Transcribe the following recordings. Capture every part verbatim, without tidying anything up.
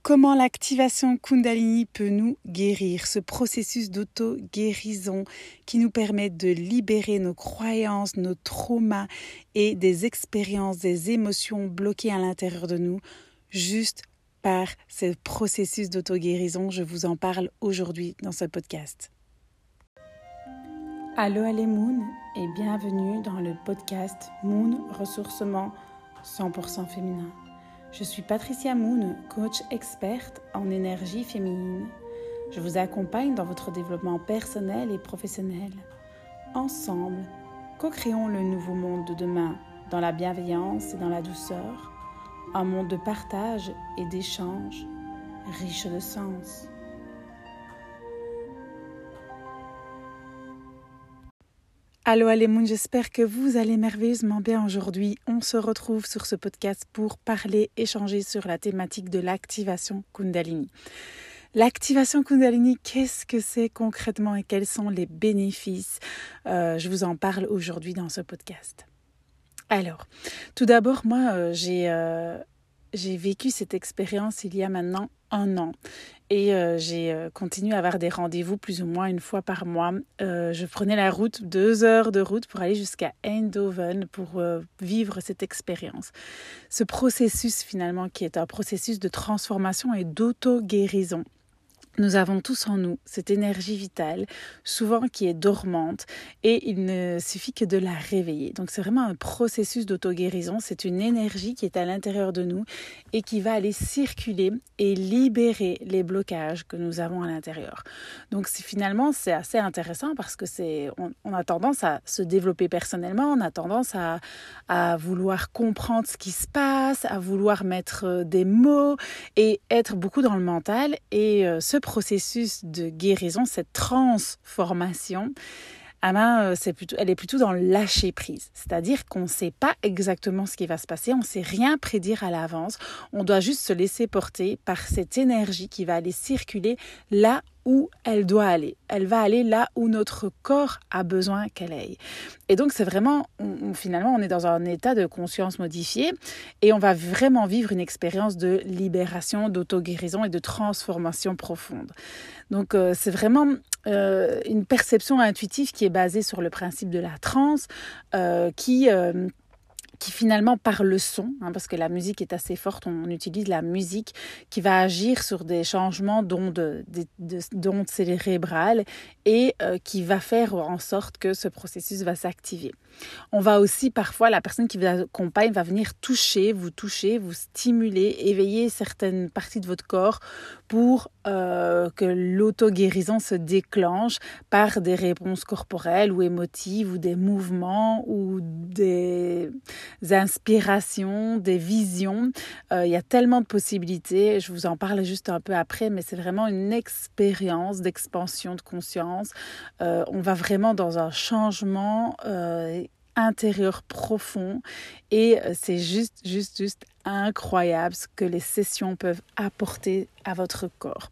Comment l'activation Kundalini peut nous guérir, ce processus d'auto-guérison qui nous permet de libérer nos croyances, nos traumas et des expériences, des émotions bloquées à l'intérieur de nous, juste par ce processus d'auto-guérison. Je vous en parle aujourd'hui dans ce podcast. Allô, allez Moon et bienvenue dans le podcast Moon Ressourcement cent pour cent féminin. Je suis Patricia Moon, coach experte en énergie féminine. Je vous accompagne dans votre développement personnel et professionnel. Ensemble, co-créons le nouveau monde de demain dans la bienveillance et dans la douceur, un monde de partage et d'échange, riche de sens. Allô, allez Moon, j'espère que vous allez merveilleusement bien aujourd'hui. On se retrouve sur ce podcast pour parler, échanger sur la thématique de l'activation Kundalini. L'activation Kundalini, qu'est-ce que c'est concrètement et quels sont les bénéfices ? euh, Je vous en parle aujourd'hui dans ce podcast. Alors, tout d'abord, moi, euh, j'ai, euh, j'ai vécu cette expérience il y a maintenant un an. Et euh, j'ai euh, continué à avoir des rendez-vous plus ou moins une fois par mois. Euh, je prenais la route, deux heures de route pour aller jusqu'à Eindhoven pour euh, vivre cette expérience. Ce processus finalement qui est un processus de transformation et d'auto-guérison. Nous avons tous en nous cette énergie vitale, souvent qui est dormante, et il ne suffit que de la réveiller. Donc c'est vraiment un processus d'auto-guérison, c'est une énergie qui est à l'intérieur de nous et qui va aller circuler et libérer les blocages que nous avons à l'intérieur. Donc c'est, finalement c'est assez intéressant parce que c'est, on, on a tendance à se développer personnellement, on a tendance à, à vouloir comprendre ce qui se passe, à vouloir mettre des mots et être beaucoup dans le mental et euh, ce processus de guérison, cette transformation, ah ben, c'est plutôt, elle est plutôt dans le lâcher prise. C'est-à-dire qu'on ne sait pas exactement ce qui va se passer, on ne sait rien prédire à l'avance, on doit juste se laisser porter par cette énergie qui va aller circuler là où elle doit aller. Elle va aller là où notre corps a besoin qu'elle aille. Et donc, c'est vraiment, on, on, finalement, on est dans un état de conscience modifié et on va vraiment vivre une expérience de libération, d'auto-guérison et de transformation profonde. Donc, euh, c'est vraiment euh, une perception intuitive qui est basée sur le principe de la transe, euh, qui... Euh, qui finalement par le son, hein, parce que la musique est assez forte, on utilise la musique qui va agir sur des changements d'ondes, de, de, d'ondes cérébrales et euh, qui va faire en sorte que ce processus va s'activer. On va aussi parfois, la personne qui vous accompagne va venir toucher, vous toucher, vous stimuler, éveiller certaines parties de votre corps pour euh, que l'auto-guérison se déclenche par des réponses corporelles ou émotives ou des mouvements ou des inspirations, des visions. Euh, il y a tellement de possibilités, je vous en parle juste un peu après, mais c'est vraiment une expérience d'expansion de conscience. Euh, on va vraiment dans un changement euh, intérieur profond et c'est juste, juste, juste incroyable ce que les sessions peuvent apporter à votre corps.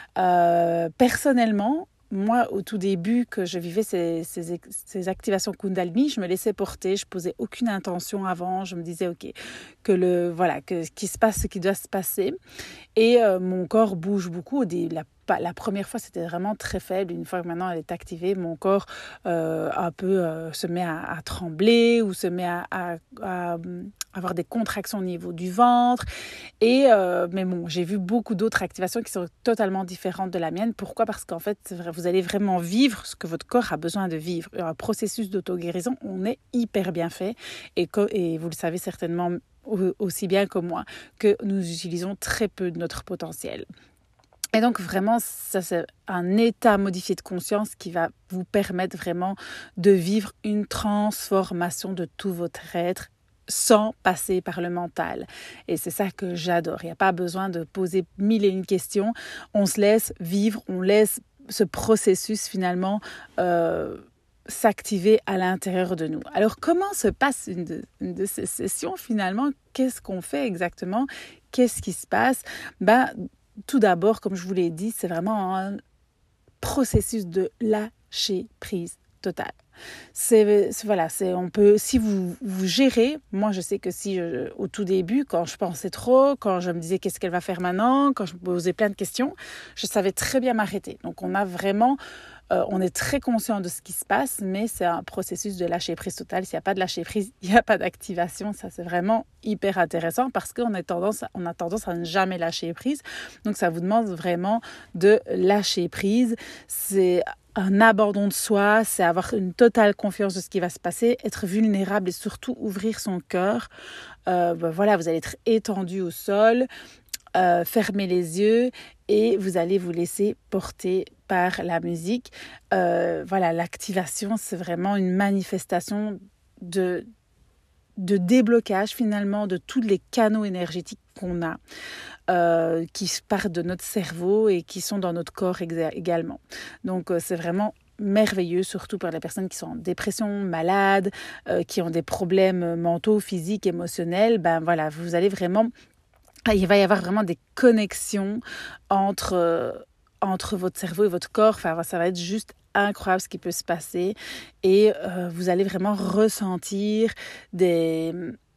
Euh, personnellement, moi, au tout début que je vivais ces, ces, ces activations Kundalini, je me laissais porter, je posais aucune intention avant, je me disais ok, que le voilà, que qu'il se passe ce qui doit se passer, et euh, mon corps bouge beaucoup. Des, la, la première fois, c'était vraiment très faible. Une fois que maintenant elle est activée, mon corps euh, un peu euh, se met à, à trembler ou se met à, à, à avoir des contractions au niveau du ventre. Et euh, mais bon, j'ai vu beaucoup d'autres activations qui sont totalement différentes de la mienne. Pourquoi ? Parce qu'en fait, c'est vrai, vous allez vraiment vivre ce que votre corps a besoin de vivre. Un processus d'auto-guérison, on est hyper bien fait. Et, que, et vous le savez certainement aussi bien que moi, que nous utilisons très peu de notre potentiel. Et donc vraiment, ça c'est un état modifié de conscience qui va vous permettre vraiment de vivre une transformation de tout votre être sans passer par le mental. Et c'est ça que j'adore. Il n'y a pas besoin de poser mille et une questions. On se laisse vivre, on laisse ce processus finalement euh, s'activer à l'intérieur de nous. Alors, comment se passe une de, une de ces sessions finalement ? Qu'est-ce qu'on fait exactement ? Qu'est-ce qui se passe ? Ben, tout d'abord, comme je vous l'ai dit, c'est vraiment un processus de lâcher prise totale. C'est, c'est voilà, c'est on peut si vous vous gérez. Moi, je sais que si je, au tout début, quand je pensais trop, quand je me disais qu'est-ce qu'elle va faire maintenant, quand je me posais plein de questions, je savais très bien m'arrêter. Donc, on a vraiment Euh, on est très conscient de ce qui se passe, mais c'est un processus de lâcher prise total. S'il n'y a pas de lâcher prise, il n'y a pas d'activation. Ça, c'est vraiment hyper intéressant parce qu'on a tendance, on a tendance à ne jamais lâcher prise. Donc, ça vous demande vraiment de lâcher prise. C'est un abandon de soi, c'est avoir une totale confiance de ce qui va se passer, être vulnérable et surtout ouvrir son cœur. Euh, ben voilà, vous allez être étendu au sol. Euh, fermez les yeux et vous allez vous laisser porter par la musique. Euh, voilà, l'activation, c'est vraiment une manifestation de, de déblocage finalement de tous les canaux énergétiques qu'on a, euh, qui partent de notre cerveau et qui sont dans notre corps exa- également. Donc euh, c'est vraiment merveilleux, surtout pour les personnes qui sont en dépression, malades, euh, qui ont des problèmes mentaux, physiques, émotionnels. Ben voilà, vous allez vraiment il va y avoir vraiment des connexions entre, euh, entre votre cerveau et votre corps. Enfin, ça va être juste incroyable ce qui peut se passer. Et euh, vous allez vraiment ressentir des,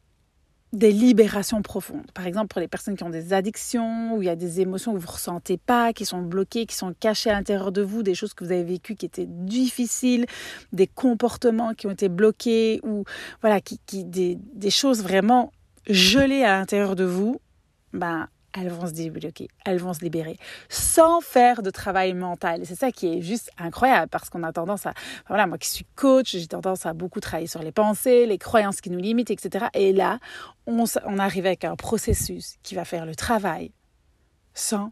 des libérations profondes. Par exemple, pour les personnes qui ont des addictions, où il y a des émotions que vous ne ressentez pas, qui sont bloquées, qui sont cachées à l'intérieur de vous, des choses que vous avez vécues qui étaient difficiles, des comportements qui ont été bloqués, ou voilà, qui, qui, des, des choses vraiment gelées à l'intérieur de vous. Ben, elles vont se débloquer, elles vont se libérer, sans faire de travail mental. Et c'est ça qui est juste incroyable, parce qu'on a tendance à... Voilà, moi qui suis coach, j'ai tendance à beaucoup travailler sur les pensées, les croyances qui nous limitent, et cetera. Et là, on, on arrive avec un processus qui va faire le travail sans,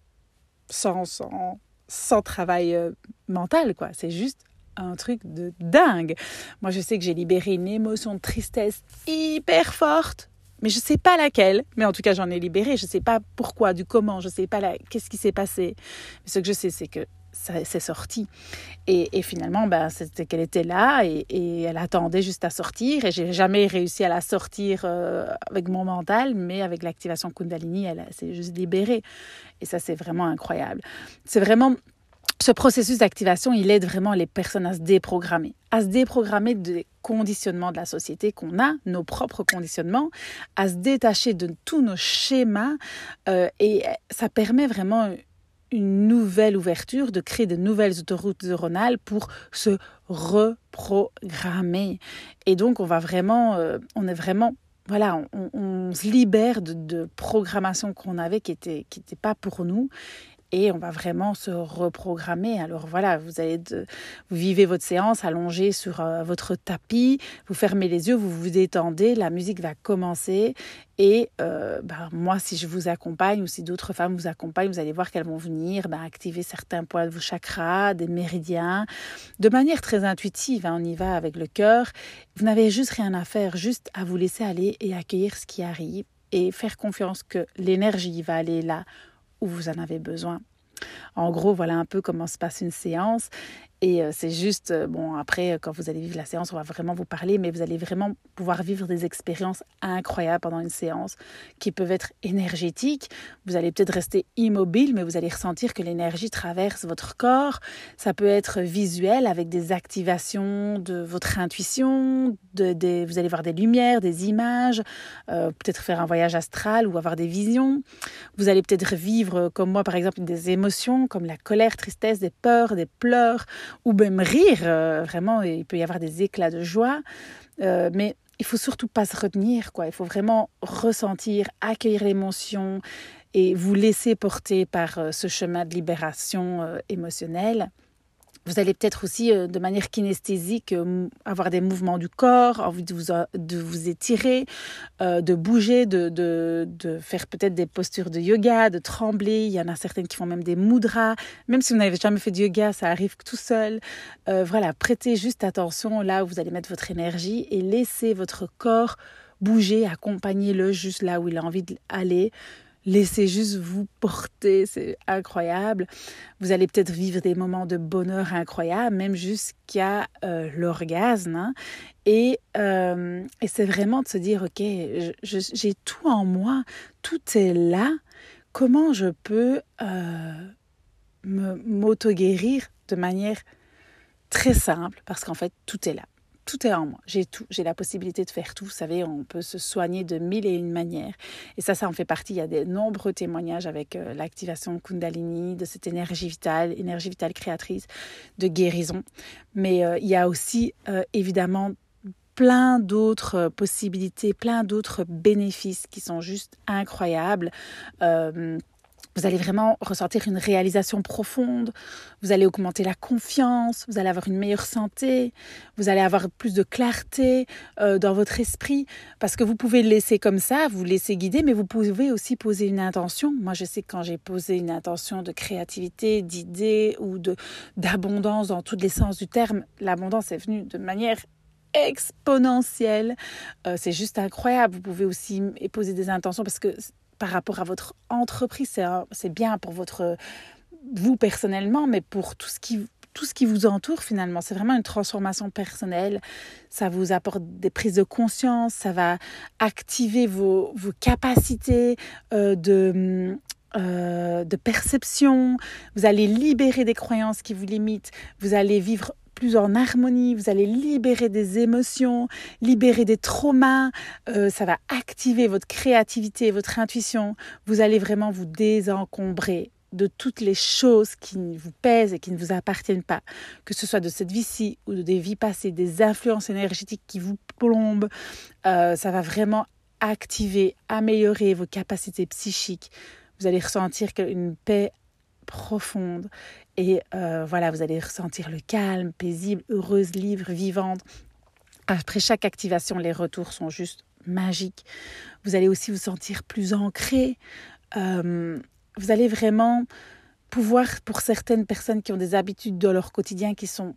sans, sans, sans travail euh, mental, quoi. C'est juste un truc de dingue. Moi, je sais que j'ai libéré une émotion de tristesse hyper forte, mais je ne sais pas laquelle, mais en tout cas j'en ai libéré, je ne sais pas pourquoi, du comment, je ne sais pas la, qu'est-ce qui s'est passé. Mais ce que je sais, c'est que ça, c'est sorti. Et, et finalement, ben, c'était qu'elle était là et, et elle attendait juste à sortir. Et je n'ai jamais réussi à la sortir euh, avec mon mental, mais avec l'activation Kundalini, elle s'est juste libérée. Et ça, c'est vraiment incroyable. C'est vraiment... Ce processus d'activation, il aide vraiment les personnes à se déprogrammer, à se déprogrammer des conditionnements de la société qu'on a, nos propres conditionnements, à se détacher de tous nos schémas euh, et ça permet vraiment une nouvelle ouverture, de créer de nouvelles autoroutes neuronales pour se reprogrammer. Et donc, on va vraiment, euh, on est vraiment... Voilà, on, on se libère de, de programmation qu'on avait qui n'était qui était pas pour nous. Et on va vraiment se reprogrammer. Alors voilà, vous allez de, vous vivez votre séance allongée sur euh, votre tapis, vous fermez les yeux, vous vous détendez, la musique va commencer. Et euh, bah, moi, si je vous accompagne ou si d'autres femmes vous accompagnent, vous allez voir qu'elles vont venir bah, activer certains points de vos chakras, des méridiens, de manière très intuitive. Hein, on y va avec le cœur. Vous n'avez juste rien à faire, juste à vous laisser aller et accueillir ce qui arrive et faire confiance que l'énergie va aller là où vous en avez besoin. En gros, voilà un peu comment se passe une séance. Et euh, c'est juste, euh, bon, après, quand vous allez vivre la séance, on va vraiment vous parler, mais vous allez vraiment pouvoir vivre des expériences incroyables pendant une séance qui peuvent être énergétiques. Vous allez peut-être rester immobile, mais vous allez ressentir que l'énergie traverse votre corps. Ça peut être visuel avec des activations de votre intuition. De, de, vous allez voir des lumières, des images, euh, peut-être faire un voyage astral ou avoir des visions. Vous allez peut-être vivre, comme moi, par exemple, des émotions comme la colère, tristesse, des peurs, des pleurs, ou même rire, euh, vraiment, il peut y avoir des éclats de joie, euh, mais il faut surtout pas se retenir, quoi. Il faut vraiment ressentir, accueillir l'émotion et vous laisser porter par euh, ce chemin de libération euh, émotionnelle. Vous allez peut-être aussi, euh, de manière kinesthésique, euh, avoir des mouvements du corps, envie de vous, de vous étirer, euh, de bouger, de, de, de faire peut-être des postures de yoga, de trembler. Il y en a certaines qui font même des mudras. Même si vous n'avez jamais fait de yoga, ça arrive tout seul. Euh, voilà, prêtez juste attention là où vous allez mettre votre énergie et laissez votre corps bouger, accompagnez-le juste là où il a envie d'aller. Laissez juste vous porter, c'est incroyable. Vous allez peut-être vivre des moments de bonheur incroyables, même jusqu'à euh, l'orgasme. Hein. Et, euh, et c'est vraiment de se dire, ok, je, je, j'ai tout en moi, tout est là. Comment je peux euh, me, m'auto-guérir de manière très simple parce qu'en fait, tout est là. Tout est en moi. J'ai tout. J'ai la possibilité de faire tout. Vous savez, on peut se soigner de mille et une manières. Et ça, ça en fait partie. Il y a de nombreux témoignages avec euh, l'activation Kundalini, de cette énergie vitale, énergie vitale créatrice, de guérison. Mais euh, il y a aussi, euh, évidemment, plein d'autres possibilités, plein d'autres bénéfices qui sont juste incroyables. Euh, Vous allez vraiment ressentir une réalisation profonde, vous allez augmenter la confiance, vous allez avoir une meilleure santé, vous allez avoir plus de clarté euh, dans votre esprit, parce que vous pouvez le laisser comme ça, vous laisser guider, mais vous pouvez aussi poser une intention. Moi, je sais que quand j'ai posé une intention de créativité, d'idées ou de, d'abondance dans tous les sens du terme, l'abondance est venue de manière exponentielle. Euh, c'est juste incroyable. Vous pouvez aussi poser des intentions parce que par rapport à votre entreprise, c'est, un, c'est bien pour votre, vous personnellement, mais pour tout ce qui, tout ce qui vous entoure finalement. C'est vraiment une transformation personnelle. Ça vous apporte des prises de conscience, ça va activer vos, vos capacités euh, de... Euh, de perception. Vous allez libérer des croyances qui vous limitent. Vous allez vivre plus en harmonie, vous allez libérer des émotions, libérer des traumas, euh, ça va activer votre créativité, votre intuition. Vous allez vraiment vous désencombrer de toutes les choses qui vous pèsent et qui ne vous appartiennent pas, que ce soit de cette vie-ci ou de des vies passées, des influences énergétiques qui vous plombent. Euh, ça va vraiment activer, améliorer vos capacités psychiques. Vous allez ressentir une paix profonde et euh, voilà, vous allez ressentir le calme, paisible, heureuse, libre, vivante. Après chaque activation, les retours sont juste magiques. Vous allez aussi vous sentir plus ancré. Euh, vous allez vraiment pouvoir, pour certaines personnes qui ont des habitudes dans leur quotidien qui sont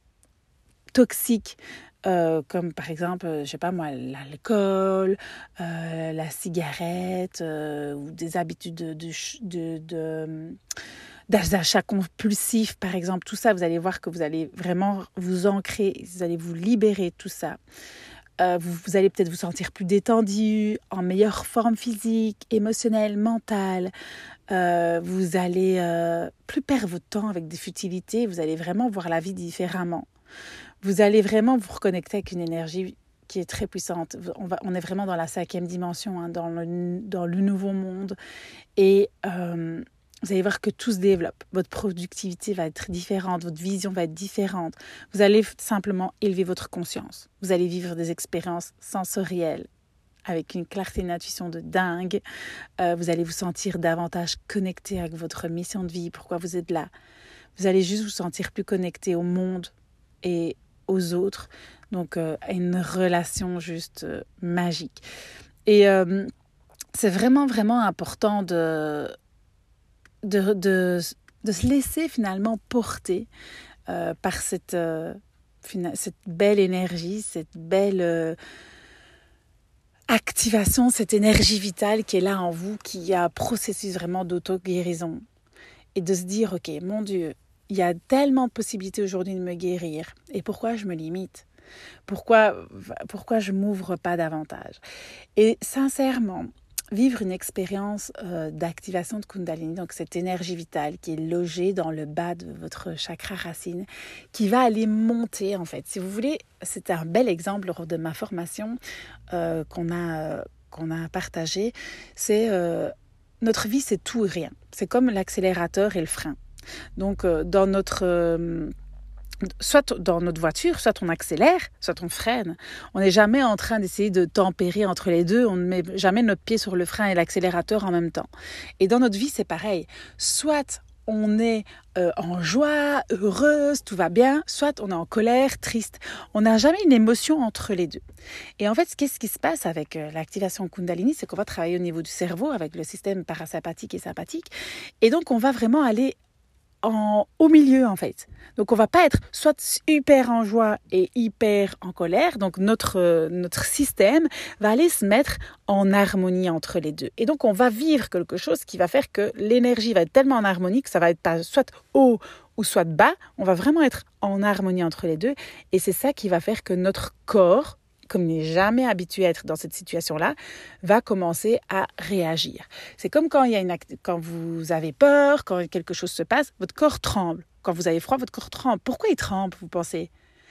toxiques, Euh, comme par exemple, euh, je sais pas moi, l'alcool, euh, la cigarette euh, ou des habitudes de, de, de, de, d'achat compulsif par exemple, tout ça, vous allez voir que vous allez vraiment vous ancrer, vous allez vous libérer de tout ça. Euh, vous, vous allez peut-être vous sentir plus détendu, en meilleure forme physique, émotionnelle, mentale. Euh, vous allez euh, plus perdre votre temps avec des futilités, vous allez vraiment voir la vie différemment. Vous allez vraiment vous reconnecter avec une énergie qui est très puissante. On, va, on est vraiment dans la cinquième dimension, hein, dans, le, dans le nouveau monde. Et euh, vous allez voir que tout se développe. Votre productivité va être différente, votre vision va être différente. Vous allez simplement élever votre conscience. Vous allez vivre des expériences sensorielles avec une clarté et une intuition de dingue. Euh, vous allez vous sentir davantage connecté avec votre mission de vie, pourquoi vous êtes là. Vous allez juste vous sentir plus connecté au monde et aux autres, donc euh, à une relation juste euh, magique. Et euh, c'est vraiment, vraiment important de, de, de, de se laisser finalement porter euh, par cette, euh, cette belle énergie, cette belle euh, activation, cette énergie vitale qui est là en vous, qui a un processus vraiment d'auto-guérison. Et de se dire, ok, mon Dieu, il y a tellement de possibilités aujourd'hui de me guérir. Et pourquoi je me limite ? Pourquoi, pourquoi je ne m'ouvre pas davantage ? Et sincèrement, vivre une expérience euh, d'activation de Kundalini, donc cette énergie vitale qui est logée dans le bas de votre chakra racine, qui va aller monter en fait. Si vous voulez, c'est un bel exemple lors de ma formation euh, qu'on a, euh, qu'on a partagé. C'est euh, notre vie, c'est tout et rien. C'est comme l'accélérateur et le frein. Donc, euh, dans notre, euh, soit dans notre voiture, soit on accélère, soit on freine. On n'est jamais en train d'essayer de tempérer entre les deux. On ne met jamais notre pied sur le frein et l'accélérateur en même temps. Et dans notre vie, c'est pareil. Soit on est euh, en joie, heureuse, tout va bien, soit on est en colère, triste. On n'a jamais une émotion entre les deux. Et en fait, qu'est-ce qui se passe avec euh, l'activation Kundalini ? C'est qu'on va travailler au niveau du cerveau avec le système parasympathique et sympathique. Et donc, on va vraiment aller En, au milieu en fait. Donc on va pas être soit hyper en joie et hyper en colère, donc notre, euh, notre système va aller se mettre en harmonie entre les deux. Et donc on va vivre quelque chose qui va faire que l'énergie va être tellement en harmonie que ça va être pas soit haut ou soit bas, on va vraiment être en harmonie entre les deux et c'est ça qui va faire que notre corps, comme il n'est jamais habitué à être dans cette situation-là, va commencer à réagir. C'est comme quand, il y a une act- quand vous avez peur, quand quelque chose se passe, votre corps tremble. Quand vous avez froid, votre corps tremble. Pourquoi il tremble, vous pensez ?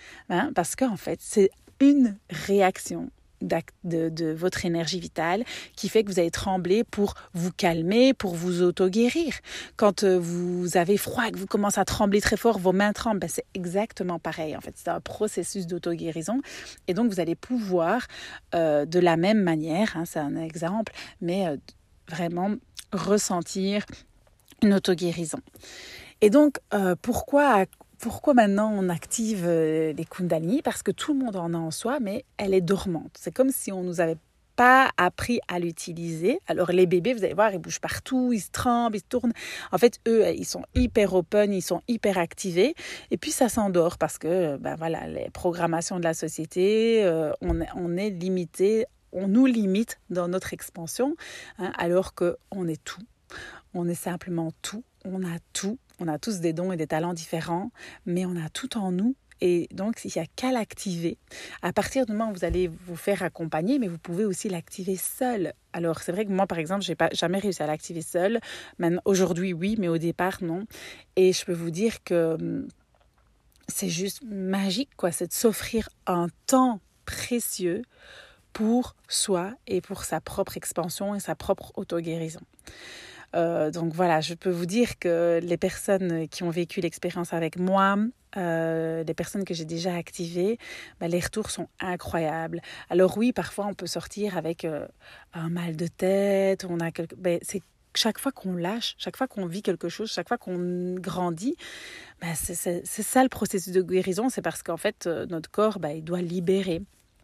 hein, parce qu'en fait, c'est une réaction De, de votre énergie vitale qui fait que vous allez trembler pour vous calmer, pour vous auto-guérir. Quand euh, vous avez froid et que vous commencez à trembler très fort, vos mains tremblent, ben c'est exactement pareil. En fait, c'est un processus d'auto-guérison. Et donc, vous allez pouvoir, euh, de la même manière, hein, c'est un exemple, mais euh, vraiment ressentir une auto-guérison. Et donc, euh, pourquoi Pourquoi maintenant on active les Kundalini? Parce que tout le monde en a en soi, mais elle est dormante. C'est comme si on ne nous avait pas appris à l'utiliser. Alors les bébés, vous allez voir, ils bougent partout, ils se tremblent, ils se tournent. En fait, eux, ils sont hyper open, ils sont hyper activés. Et puis ça s'endort parce que, ben voilà, les programmations de la société, euh, on, on est limité, on nous limite dans notre expansion, hein, alors qu'on est tout. On est simplement tout, on a tout. On a tous des dons et des talents différents, mais on a tout en nous. Et donc, il n'y a qu'à l'activer. À partir du moment où vous allez vous faire accompagner, mais vous pouvez aussi l'activer seul. Alors, c'est vrai que moi, par exemple, je n'ai pas jamais réussi à l'activer seul. Maintenant, aujourd'hui, oui, mais au départ, non. Et je peux vous dire que c'est juste magique, quoi. C'est de s'offrir un temps précieux pour soi et pour sa propre expansion et sa propre auto-guérison. Euh, donc voilà, je peux vous dire que les personnes qui ont vécu l'expérience avec moi, euh, les personnes que j'ai déjà activées, bah, les retours sont incroyables. Alors oui, parfois on peut sortir avec euh, un mal de tête, on a quelque... ben, c'est chaque fois qu'on lâche, chaque fois qu'on vit quelque chose, chaque fois qu'on grandit, ben, c'est, c'est, c'est ça le processus de guérison, c'est parce qu'en fait euh, notre corps, ben, il doit libérer.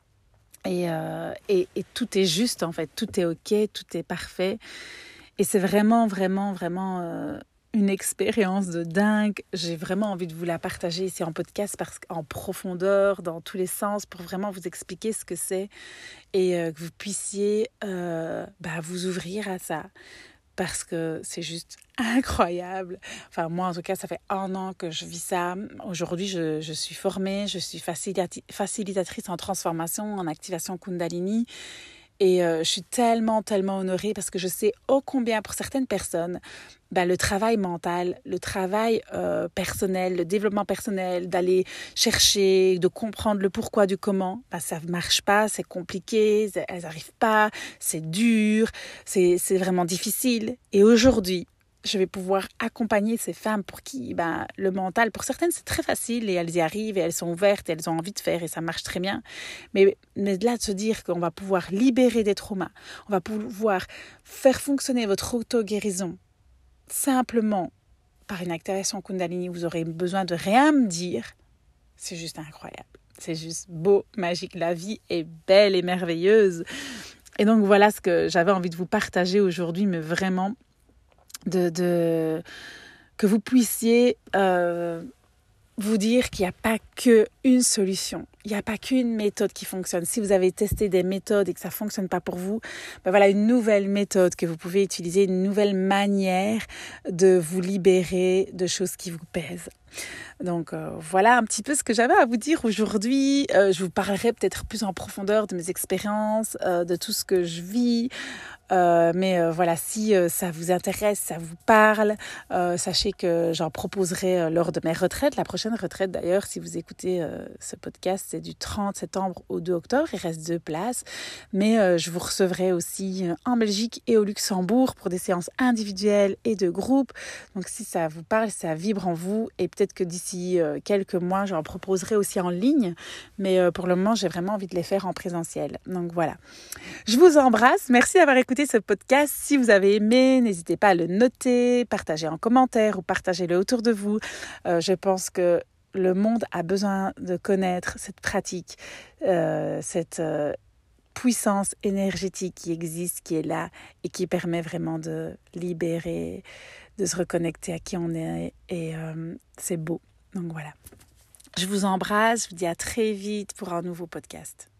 Et, euh, et, et tout est juste en fait, tout est ok, tout est parfait. Et c'est vraiment, vraiment, vraiment euh, une expérience de dingue. J'ai vraiment envie de vous la partager ici en podcast parce qu'en profondeur, dans tous les sens, pour vraiment vous expliquer ce que c'est et euh, que vous puissiez euh, bah, vous ouvrir à ça. Parce que c'est juste incroyable. Enfin, moi, en tout cas, ça fait un an que je vis ça. Aujourd'hui, je, je suis formée, je suis facilita- facilitatrice en transformation, en activation Kundalini. Et euh, je suis tellement, tellement honorée parce que je sais ô combien pour certaines personnes, bah, le travail mental, le travail euh, personnel, le développement personnel, d'aller chercher, de comprendre le pourquoi du comment, bah, ça ne marche pas, c'est compliqué, elles n'arrivent pas, c'est dur, c'est, c'est vraiment difficile. Et aujourd'hui, je vais pouvoir accompagner ces femmes pour qui ben, le mental, pour certaines, c'est très facile et elles y arrivent et elles sont ouvertes et elles ont envie de faire et ça marche très bien. Mais, mais de là de se dire qu'on va pouvoir libérer des traumas, on va pouvoir faire fonctionner votre auto-guérison simplement par une activation Kundalini, vous aurez besoin de rien me dire, c'est juste incroyable. C'est juste beau, magique. La vie est belle et merveilleuse. Et donc voilà ce que j'avais envie de vous partager aujourd'hui, mais vraiment... De, de, que vous puissiez euh, vous dire qu'il n'y a pas qu'une solution, il n'y a pas qu'une méthode qui fonctionne. Si vous avez testé des méthodes et que ça ne fonctionne pas pour vous, ben voilà une nouvelle méthode que vous pouvez utiliser, une nouvelle manière de vous libérer de choses qui vous pèsent. Donc euh, voilà un petit peu ce que j'avais à vous dire aujourd'hui. Euh, je vous parlerai peut-être plus en profondeur de mes expériences, euh, de tout ce que je vis. Euh, mais euh, voilà, si euh, ça vous intéresse, ça vous parle, euh, sachez que j'en proposerai euh, lors de mes retraites. La prochaine retraite d'ailleurs, si vous écoutez euh, ce podcast, c'est du trente septembre au deux octobre. Il reste deux places. Mais euh, je vous recevrai aussi en Belgique et au Luxembourg pour des séances individuelles et de groupe. Donc si ça vous parle, ça vibre en vous. Et peut-être que d'ici euh, quelques mois, j'en proposerai aussi en ligne. Mais euh, pour le moment, j'ai vraiment envie de les faire en présentiel. Donc voilà. Je vous embrasse. Merci d'avoir écouté ce podcast. Si vous avez aimé, n'hésitez pas à le noter, partager en commentaire ou partagez-le autour de vous. Euh, je pense que le monde a besoin de connaître cette pratique, euh, cette euh, puissance énergétique qui existe, qui est là et qui permet vraiment de libérer, de se reconnecter à qui on est. Et euh, c'est beau. Donc voilà. Je vous embrasse. Je vous dis à très vite pour un nouveau podcast.